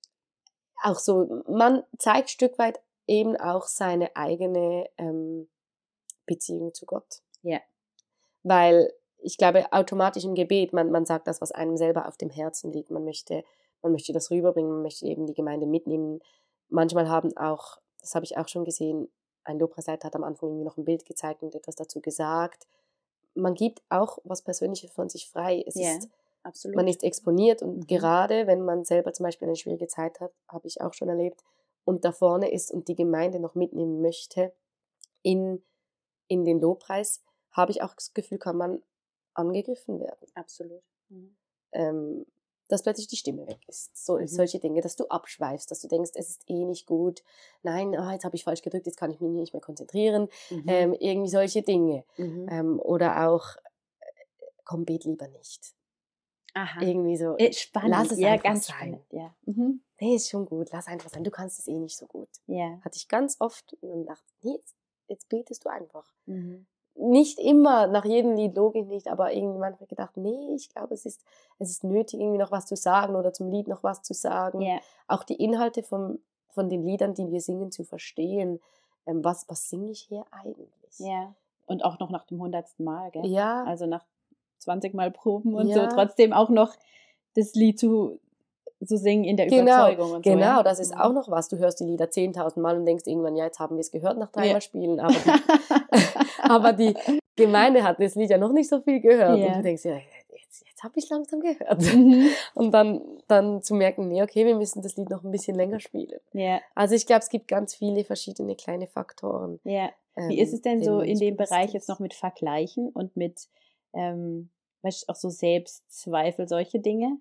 auch so, man zeigt ein Stück weit eben auch seine eigene ähm, Beziehung zu Gott. Ja. Weil ich glaube, automatisch im Gebet, man, man sagt das, was einem selber auf dem Herzen liegt. Man möchte, man möchte das rüberbringen, man möchte eben die Gemeinde mitnehmen. Manchmal haben auch, das habe ich auch schon gesehen, ein Lobpreisleiter hat am Anfang irgendwie noch ein Bild gezeigt und etwas dazu gesagt. Man gibt auch was Persönliches von sich frei. Es Ja, ist, absolut. man ist exponiert und Mhm. gerade wenn man selber zum Beispiel eine schwierige Zeit hat, habe ich auch schon erlebt, und da vorne ist und die Gemeinde noch mitnehmen möchte in, in den Lobpreis, habe ich auch das Gefühl, kann man angegriffen werden. Absolut. Mhm. Ähm, dass plötzlich die Stimme weg ist. So, Mhm. Solche Dinge, dass du abschweifst, dass du denkst, es ist eh nicht gut. Nein, ah, jetzt habe ich falsch gedrückt, jetzt kann ich mich nicht mehr konzentrieren. Mhm. Ähm, irgendwie solche Dinge. Mhm. Ähm, oder auch, äh, komm, bet lieber nicht. Aha. Irgendwie so, Äh, spannend. lass es Ja, einfach ganz sein. spannend. Ja. Mhm. Nee, ist schon gut, lass einfach sein, du kannst es eh nicht so gut. Ja. Hatte ich ganz oft und dann dachte, nee, jetzt, jetzt betest du einfach. Mhm. Nicht immer, nach jedem Lied logisch nicht, aber irgendwie manchmal gedacht, nee, ich glaube, es ist, es ist nötig, irgendwie noch was zu sagen oder zum Lied noch was zu sagen. Ja. Auch die Inhalte vom, von den Liedern, die wir singen, zu verstehen. Ähm, was, was singe ich hier eigentlich? Ja. Und auch noch nach dem hundertsten Mal, gell? Ja, Also nach zwanzig Mal Proben und so, Ja. trotzdem auch noch das Lied zu, zu singen in der genau, Überzeugung und so. genau, Ja? das ist Mhm. auch noch was. Du hörst die Lieder zehntausend Mal und denkst irgendwann, ja, jetzt haben wir es gehört nach dreimal Ja. Spielen, aber die, aber die Gemeinde hat das Lied ja noch nicht so viel gehört. Ja. Und du denkst, ja, jetzt, jetzt habe ich es langsam gehört. Mhm. Und dann, dann zu merken, nee, okay, wir müssen das Lied noch ein bisschen länger spielen. Ja. Also ich glaube, es gibt ganz viele verschiedene kleine Faktoren. Ja. Wie ähm, ist es denn denen so man in nicht dem bewusst Bereich ist. jetzt noch mit Vergleichen und mit, ähm, weißt du, auch so Selbstzweifel, solche Dinge?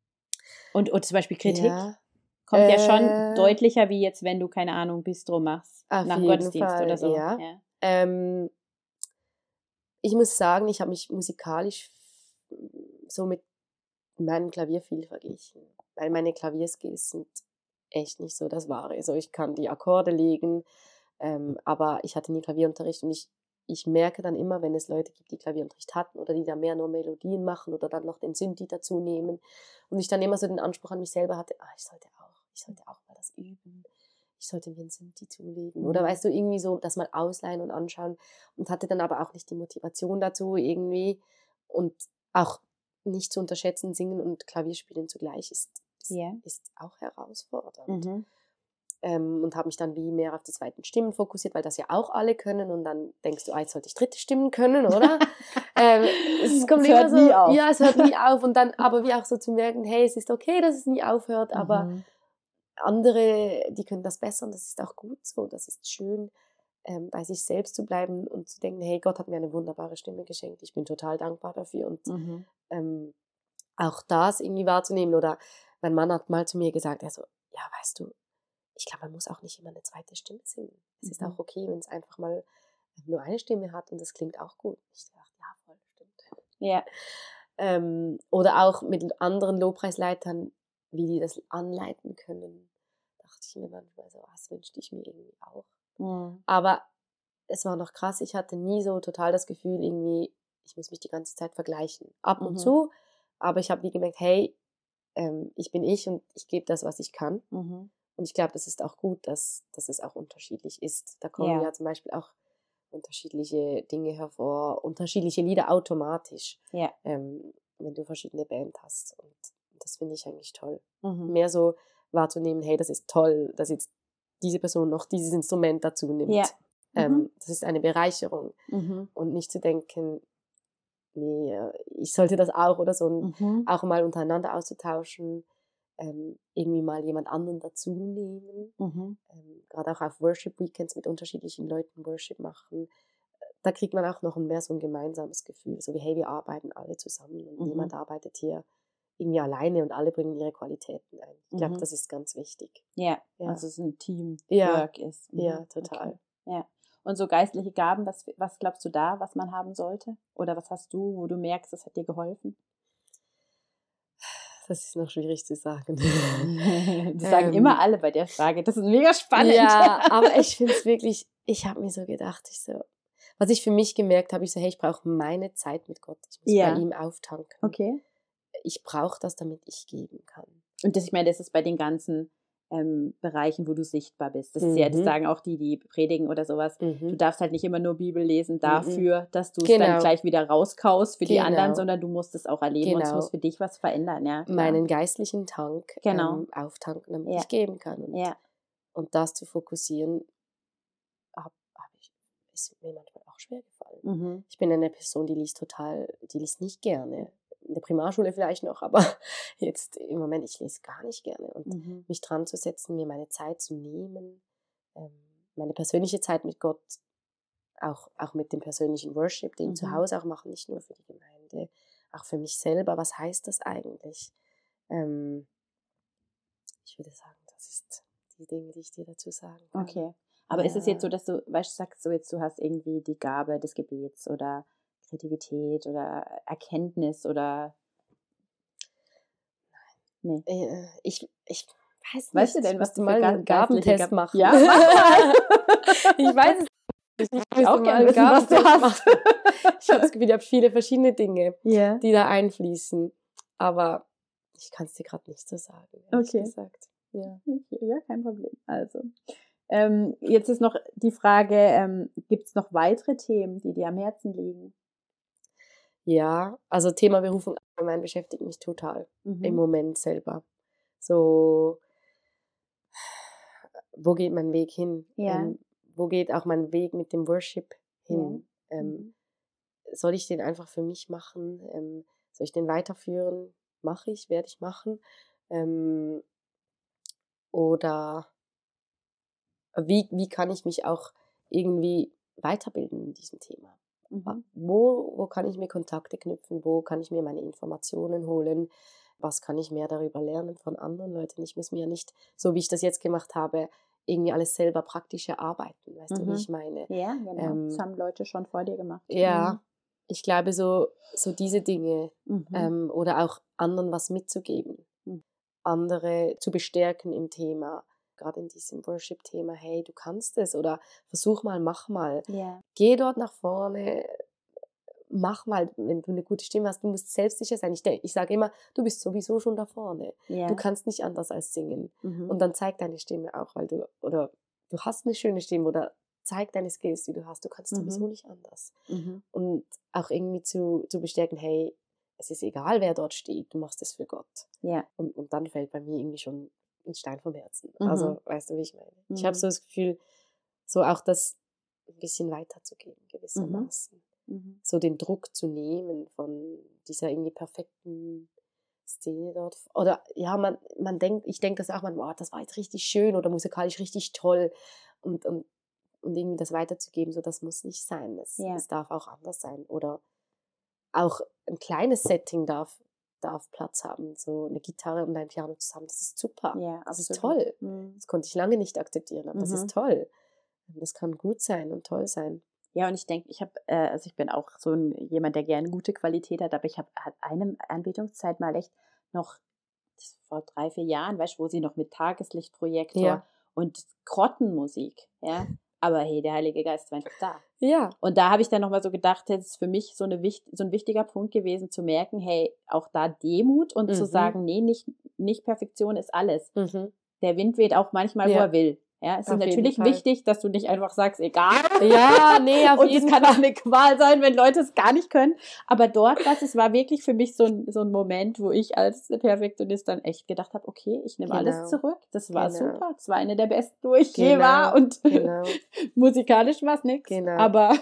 Und, und zum Beispiel Kritik? Ja, Kommt ja Äh, schon deutlicher, wie jetzt, wenn du, keine Ahnung, Bistro machst. auf Nach dem jeden Gottesdienst Fall, oder so. ja. Ja. Ähm, ich muss sagen, ich habe mich musikalisch so mit meinem Klavier viel verglichen, weil meine Klavierskills sind echt nicht so das Wahre. Also ich kann die Akkorde legen, ähm, aber ich hatte nie Klavierunterricht und ich, ich merke dann immer, wenn es Leute gibt, die Klavierunterricht hatten oder die da mehr nur Melodien machen oder dann noch den Synthi dazu nehmen und ich dann immer so den Anspruch an mich selber hatte, ah, ich sollte auch, ich sollte auch mal das üben. Ich sollte mir einen Synthi zulegen. Oder Mhm. weißt du, irgendwie so das mal ausleihen und anschauen und hatte dann aber auch nicht die Motivation dazu irgendwie und auch nicht zu unterschätzen, Singen und Klavierspielen zugleich ist, ist, Ja. ist auch herausfordernd. Mhm. Ähm, und habe mich dann wie mehr auf die zweiten Stimmen fokussiert, weil das ja auch alle können und dann denkst du, ah, jetzt sollte ich dritte Stimmen können, oder? ähm, es kommt Es immer hört so, nie auf. ja, es hört nie auf und dann aber wie auch so zu merken, hey, es ist okay, dass es nie aufhört, aber Mhm. andere, die können das besser und das ist auch gut so, das ist schön, ähm, bei sich selbst zu bleiben und zu denken, hey, Gott hat mir eine wunderbare Stimme geschenkt, ich bin total dankbar dafür und Mhm. ähm, auch das irgendwie wahrzunehmen. Oder mein Mann hat mal zu mir gesagt, also, ja, weißt du, ich glaube, man muss auch nicht immer eine zweite Stimme singen. Es Mhm. ist auch okay, wenn es einfach mal nur eine Stimme hat und das klingt auch gut. Ich dachte, ja, voll, stimmt. Ja. Ähm, oder auch mit anderen Lobpreisleitern, wie die das anleiten können, dachte ich mir manchmal so, ah, das wünschte ich mir irgendwie auch. Mhm. Aber es war noch krass, ich hatte nie so total das Gefühl, irgendwie, ich muss mich die ganze Zeit vergleichen. Ab und Mhm. zu, aber ich habe wie gemerkt, hey, ähm, ich bin ich und ich gebe das, was ich kann. Mhm. Und ich glaube, das ist auch gut, dass, dass es auch unterschiedlich ist. Da kommen Ja. ja zum Beispiel auch unterschiedliche Dinge hervor, unterschiedliche Lieder automatisch, Ja. ähm, wenn du verschiedene Bands hast. Und das finde ich eigentlich toll. Mhm. Mehr so wahrzunehmen, hey, das ist toll, dass jetzt diese Person noch dieses Instrument dazu nimmt. Ja. Ähm, Mhm. das ist eine Bereicherung. Mhm. Und nicht zu denken, nee, äh, ich sollte das auch oder so. Und Mhm. auch mal untereinander auszutauschen. ähm, irgendwie mal jemand anderen dazu nehmen. Mhm. Ähm, gerade auch auf Worship-Weekends mit unterschiedlichen Leuten Worship machen. Da kriegt man auch noch mehr so ein gemeinsames Gefühl, so wie, hey, wir arbeiten alle zusammen und Mhm. niemand arbeitet hier irgendwie alleine und alle bringen ihre Qualitäten ein. Ich glaube, Mhm. das ist ganz wichtig. Ja, Ja. also es ein Teamwork Ja. ist. Ja, total. Okay. Ja. Und so geistliche Gaben, was, was glaubst du da, was man haben sollte? Oder was hast du, wo du merkst, das hat dir geholfen? Das ist noch schwierig zu sagen. Das sagen Ähm, immer alle bei der Frage. Das ist mega spannend. Ja, aber ich finde es wirklich, ich habe mir so gedacht, ich so, was ich für mich gemerkt habe, ich so, hey, ich brauche meine Zeit mit Gott. Ich muss Ja. bei ihm auftanken. Okay. Ich brauche das, damit ich geben kann. Und das, ich meine, das ist bei den ganzen ähm, Bereichen, wo du sichtbar bist. Das ist ja, das Mhm. sagen auch die, die predigen oder sowas. Du Mhm. darfst halt nicht immer nur Bibel lesen dafür, dass du es Genau. dann gleich wieder rauskaust für die Genau. anderen, sondern du musst es auch erleben und es Genau. muss für dich was verändern. Ja, klar. Meinen geistlichen Tank Genau. ähm, auftanken, damit Ja. ich geben kann. Und, Ja. und das zu fokussieren, hab, hab ich, ist mir manchmal auch schwer gefallen. Mhm. Ich bin eine Person, die liest total, die liest nicht gerne. In der Primarschule vielleicht noch, aber jetzt im Moment, ich lese gar nicht gerne. Und Mhm. mich dran zu setzen, mir meine Zeit zu nehmen, ähm, meine persönliche Zeit mit Gott, auch, auch mit dem persönlichen Worship, den Mhm. ich zu Hause auch mache, nicht nur für die Gemeinde, auch für mich selber. Was heißt das eigentlich? Ähm, ich würde sagen, das ist die Dinge, die ich dir dazu sagen kann. Okay. Aber Ja. ist es jetzt so, dass du, weißt du, sagst so jetzt, du hast irgendwie die Gabe des Gebets oder Kreativität oder Erkenntnis oder nee. Äh, ich, ich weiß nicht. Weißt du denn, ich was müsste du für mal ga- einen geistliche Gabentest Gaben- machen. Ja, mach mal. Ich weiß es nicht. Ich müsste auch mal gerne einen wissen, was du Gabentest hast. machen. Ich habe das Gefühl, ich habe viele verschiedene Dinge, Ja. die da einfließen. Aber ich kann es dir gerade nicht so sagen, ehrlich Okay. gesagt. Ja. Okay, ja, kein Problem. Also, ähm, jetzt ist noch die Frage, ähm, gibt es noch weitere Themen, die dir am Herzen liegen? Ja, also Thema Berufung allgemein beschäftigt mich total Mhm. im Moment selber. So, wo geht mein Weg hin? Ja. Ähm, wo geht auch mein Weg mit dem Worship hin? Ja. Ähm, Mhm. Soll ich den einfach für mich machen? Ähm, soll ich den weiterführen? Mache ich, werde ich machen. Ähm, oder wie, wie kann ich mich auch irgendwie weiterbilden in diesem Thema? Mhm. Wo, wo kann ich mir Kontakte knüpfen? Wo kann ich mir meine Informationen holen? Was kann ich mehr darüber lernen von anderen Leuten? Ich muss mir ja nicht, so wie ich das jetzt gemacht habe, irgendwie alles selber praktisch erarbeiten. Weißt du, wie Mhm. ich meine? Ja, genau. Ähm, das haben Leute schon vor dir gemacht. Ja, ich glaube, so, so diese Dinge Mhm. ähm, oder auch anderen was mitzugeben, Mhm. andere zu bestärken im Thema, gerade in diesem Worship-Thema, hey, du kannst es oder versuch mal, mach mal, Ja. geh dort nach vorne, mach mal, wenn du eine gute Stimme hast, du musst selbstsicher sein. Ich, denk- ich sage immer, du bist sowieso schon da vorne, Ja. du kannst nicht anders als singen Mhm. und dann zeig deine Stimme auch, weil du, oder du hast eine schöne Stimme oder zeig deine Skills, die du hast, du kannst Mhm. sowieso nicht anders. Mhm. Und auch irgendwie zu, zu bestärken, hey, es ist egal, wer dort steht, du machst es für Gott. Ja. Und, und dann fällt bei mir irgendwie schon ein Stein vom Herzen. Mhm. Also, weißt du, wie ich meine? Mhm. Ich habe so das Gefühl, so auch das ein bisschen weiterzugeben, gewissermaßen. Mhm. So den Druck zu nehmen von dieser irgendwie perfekten Szene dort. Oder ja, man, man denkt, ich denke das auch manchmal, oh, das war jetzt richtig schön oder musikalisch richtig toll. Und, und und irgendwie das weiterzugeben, so das muss nicht sein. Es, Ja. es darf auch anders sein. Oder auch ein kleines Setting darf, darf Platz haben. So eine Gitarre und ein Piano zusammen, das ist super. Ja, das ist absolut. toll. Mhm. Das konnte ich lange nicht akzeptieren, aber das Mhm. ist toll. Das kann gut sein und toll sein. Ja, und ich denke, ich habe, äh, also ich bin auch so ein, jemand, der gerne gute Qualität hat, aber ich habe hat eine Anbetungszeit mal echt noch das vor drei, vier Jahren, weißt du, wo sie noch mit Tageslichtprojektor Ja. und Grottenmusik, ja, aber hey, der Heilige Geist war einfach da. Ja. Und da habe ich dann nochmal so gedacht, das ist für mich so, eine, so ein wichtiger Punkt gewesen, zu merken, hey, auch da Demut und Mhm. zu sagen, nee, nicht, nicht Perfektion ist alles. Mhm. Der Wind weht auch manchmal, wo Ja. er will. Ja, es ist Auf jeden natürlich Fall. wichtig, dass du nicht einfach sagst, egal. Ja, nee, auf Und jeden es kann Fall. auch eine Qual sein, wenn Leute es gar nicht können. Aber dort, das es war wirklich für mich so ein, so ein Moment, wo ich als Perfektionist dann echt gedacht habe, okay, ich nehme Genau. alles zurück. Das war Genau. super. Es war eine der besten, wo ich je Genau. war. Und Genau. musikalisch war es nichts. Genau. Aber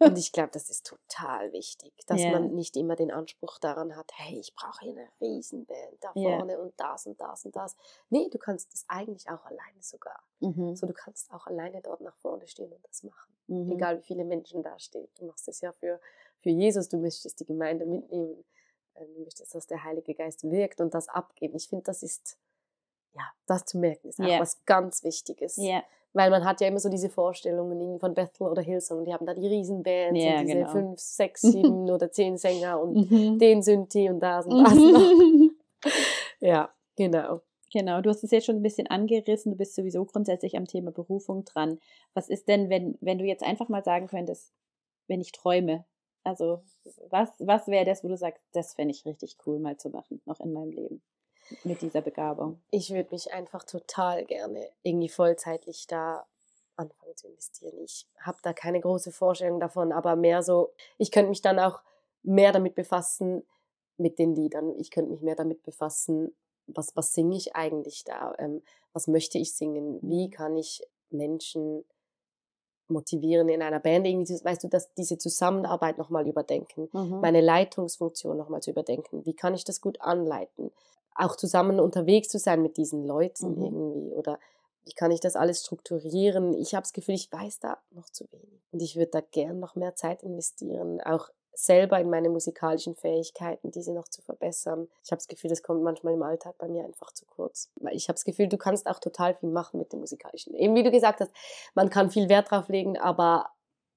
Und ich glaube, das ist total wichtig, dass Ja. man nicht immer den Anspruch daran hat, hey, ich brauche hier eine Riesenband da Ja. vorne und das und das und das. Nee, du kannst das eigentlich auch alleine sogar. Mhm. So, du kannst auch alleine dort nach vorne stehen und das machen. Mhm. Egal wie viele Menschen da stehen. Du machst es ja für, für Jesus, du möchtest die Gemeinde mitnehmen, äh, du möchtest, dass der Heilige Geist wirkt und das abgeben. Ich finde, das ist, ja, das zu merken, ist auch Ja. was ganz Wichtiges. Ja. Weil man hat ja immer so diese Vorstellungen irgendwie von Bethel oder Hillsong, die haben da die Riesenbands Ja, und diese genau. fünf, sechs, sieben oder zehn Sänger und Mhm. den Synthi und das und das noch. Ja, genau. Genau, du hast es jetzt schon ein bisschen angerissen, du bist sowieso grundsätzlich am Thema Berufung dran. Was ist denn, wenn, wenn du jetzt einfach mal sagen könntest, wenn ich träume, also was, was wäre das, wo du sagst, das fände ich richtig cool mal zu machen, noch in meinem Leben, mit dieser Begabung? Ich würde mich einfach total gerne irgendwie vollzeitlich da anfangen zu investieren. Ich habe da keine große Vorstellung davon, aber mehr so, ich könnte mich dann auch mehr damit befassen mit den Liedern. Ich könnte mich mehr damit befassen, was, was singe ich eigentlich da? Ähm, was möchte ich singen? Wie kann ich Menschen motivieren in einer Band? Irgendwie, weißt du, dass diese Zusammenarbeit nochmal überdenken, Mhm. meine Leitungsfunktion nochmal zu überdenken. Wie kann ich das gut anleiten? Auch zusammen unterwegs zu sein mit diesen Leuten Mhm. irgendwie oder wie kann ich das alles strukturieren? Ich habe das Gefühl, ich weiß da noch zu wenig. Und ich würde da gern noch mehr Zeit investieren, auch selber in meine musikalischen Fähigkeiten, diese noch zu verbessern. Ich habe das Gefühl, das kommt manchmal im Alltag bei mir einfach zu kurz. Weil ich habe das Gefühl, du kannst auch total viel machen mit dem Musikalischen. Eben wie du gesagt hast, man kann viel Wert drauf legen, aber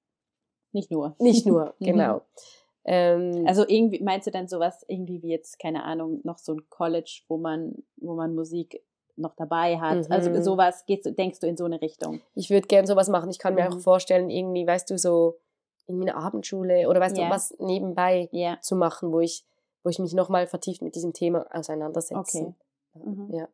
Nicht nur. nicht nur, Mhm. genau. Ähm, Also irgendwie, meinst du dann sowas irgendwie wie jetzt, keine Ahnung, noch so ein College, wo man, wo man Musik noch dabei hat? Mhm. Also sowas, gehst du, denkst du in so eine Richtung? ich würde gern sowas machen. Ich kann mir Mhm. auch vorstellen, irgendwie, weißt du, so irgendwie eine Abendschule oder weißt Ja. du, was nebenbei Ja, zu machen, wo ich, wo ich mich nochmal vertieft mit diesem Thema auseinandersetze. okay. Mhm. Ja.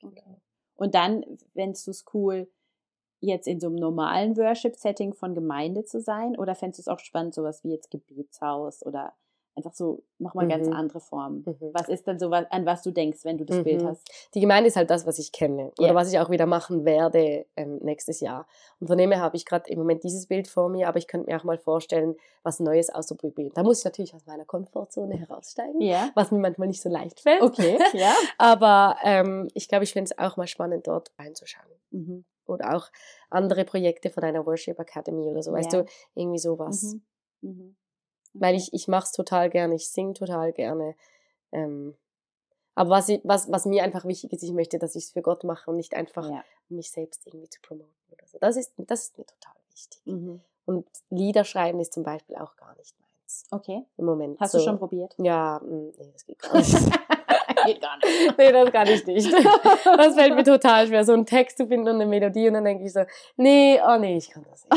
Und dann fändest du es cool, jetzt in so einem normalen Worship-Setting von Gemeinde zu sein? Oder fändest du es auch spannend, sowas wie jetzt Gebetshaus oder einfach so nochmal ganz Mhm. andere Formen? Mhm. Was ist denn so, was, an was du denkst, wenn du das Mhm. Bild hast? Die Gemeinde ist halt das, was ich kenne oder Ja. was ich auch wieder machen werde ähm, nächstes Jahr. Und von dem her habe ich gerade im Moment dieses Bild vor mir, aber ich könnte mir auch mal vorstellen, was Neues auszuprobieren. Da muss ich natürlich aus meiner Komfortzone heraussteigen, Ja, was mir manchmal nicht so leicht fällt. okay, ja. Aber ähm, ich glaube, ich finde es auch mal spannend, dort reinzuschauen. Mhm. Oder auch andere Projekte von einer Worship Academy oder so, weißt Ja. du, irgendwie sowas. Mhm. Mhm. Weil Okay. ich, ich mache es total gerne, ich singe total gerne. Ähm, aber was, ich, was, was mir einfach wichtig ist, ich möchte, dass ich es für Gott mache und nicht einfach, Ja. um mich selbst irgendwie zu promoten oder so. Das ist, das ist mir total wichtig. Mhm. Und Lieder schreiben ist zum Beispiel auch gar nicht meins Okay. im Moment. Hast so. du schon probiert? Ja, mh, nee, das geht gar nicht. Geht gar nicht. Nee, das kann ich nicht. Das fällt mir total schwer, so einen Text zu finden und eine Melodie und dann denke ich so, nee, oh nee, ich kann das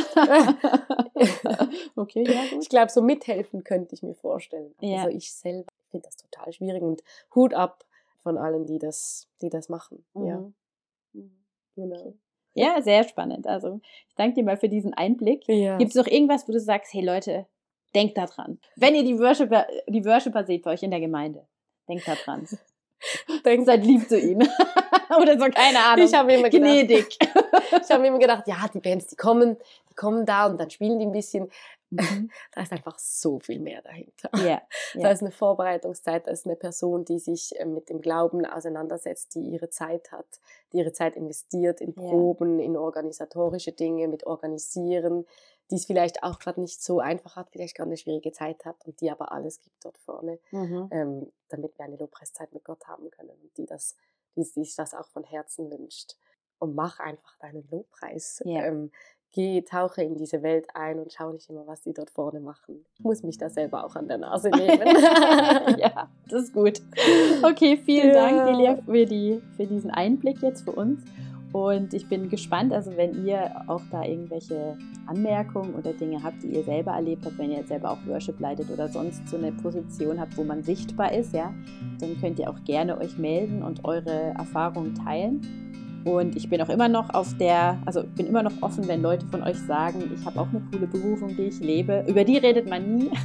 nicht. Okay, ja, Ich gut. glaube, so mithelfen könnte ich mir vorstellen. Ja. Also ich selber finde das total schwierig und Hut ab von allen, die das, die das machen. Ja, Mhm. Mhm. genau. Ja, sehr spannend. Also ich danke dir mal für diesen Einblick. Ja. Gibt es noch irgendwas, wo du sagst, hey Leute, denkt da dran. Wenn ihr die Worshipper, die Worshipper seht bei euch in der Gemeinde, denkt da dran. Denk, Seid lieb zu ihnen. Oder so, keine Ahnung. ich habe immer gedacht, Gnädig. ich habe immer gedacht, ja, die Bands, die kommen, die kommen da und dann spielen die ein bisschen. Mhm. Da ist einfach so viel mehr dahinter. Ja, Da ja. ist eine Vorbereitungszeit, da ist eine Person, die sich äh, mit dem Glauben auseinandersetzt, die ihre Zeit hat, die ihre Zeit investiert in Ja. Proben, in organisatorische Dinge, mit Organisieren, die es vielleicht auch gerade nicht so einfach hat, vielleicht gerade eine schwierige Zeit hat und die aber alles gibt dort vorne, Mhm. ähm, damit wir eine Lobpreiszeit mit Gott haben können und die, das, die sich das auch von Herzen wünscht. Und mach einfach deinen Lobpreis. Ja. Ähm, geh, tauche in diese Welt ein und schau nicht immer, was die dort vorne machen. Ich muss mich da selber auch an der Nase nehmen. Ja, das ist gut. Okay, vielen Ja. Dank, Delia, für, die, für diesen Einblick jetzt für uns. Und ich bin gespannt, also wenn ihr auch da irgendwelche Anmerkungen oder Dinge habt, die ihr selber erlebt habt, wenn ihr jetzt selber auch Worship leitet oder sonst so eine Position habt, wo man sichtbar ist, ja, dann könnt ihr auch gerne euch melden und eure Erfahrungen teilen. Und ich bin auch immer noch auf der, also bin immer noch offen, wenn Leute von euch sagen, ich habe auch eine coole Berufung, die ich lebe. Über die redet man nie.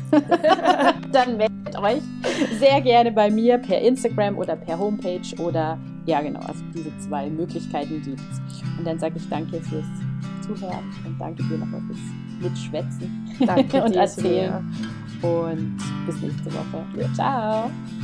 Dann meldet euch sehr gerne bei mir per Instagram oder per Homepage oder, ja genau, also diese zwei Möglichkeiten gibt's. Und dann sage ich danke fürs Zuhören und danke dir nochmal fürs mitschwätzen Danke und dir, erzählen. Silvia. Und bis nächste Woche. Ja. Ciao.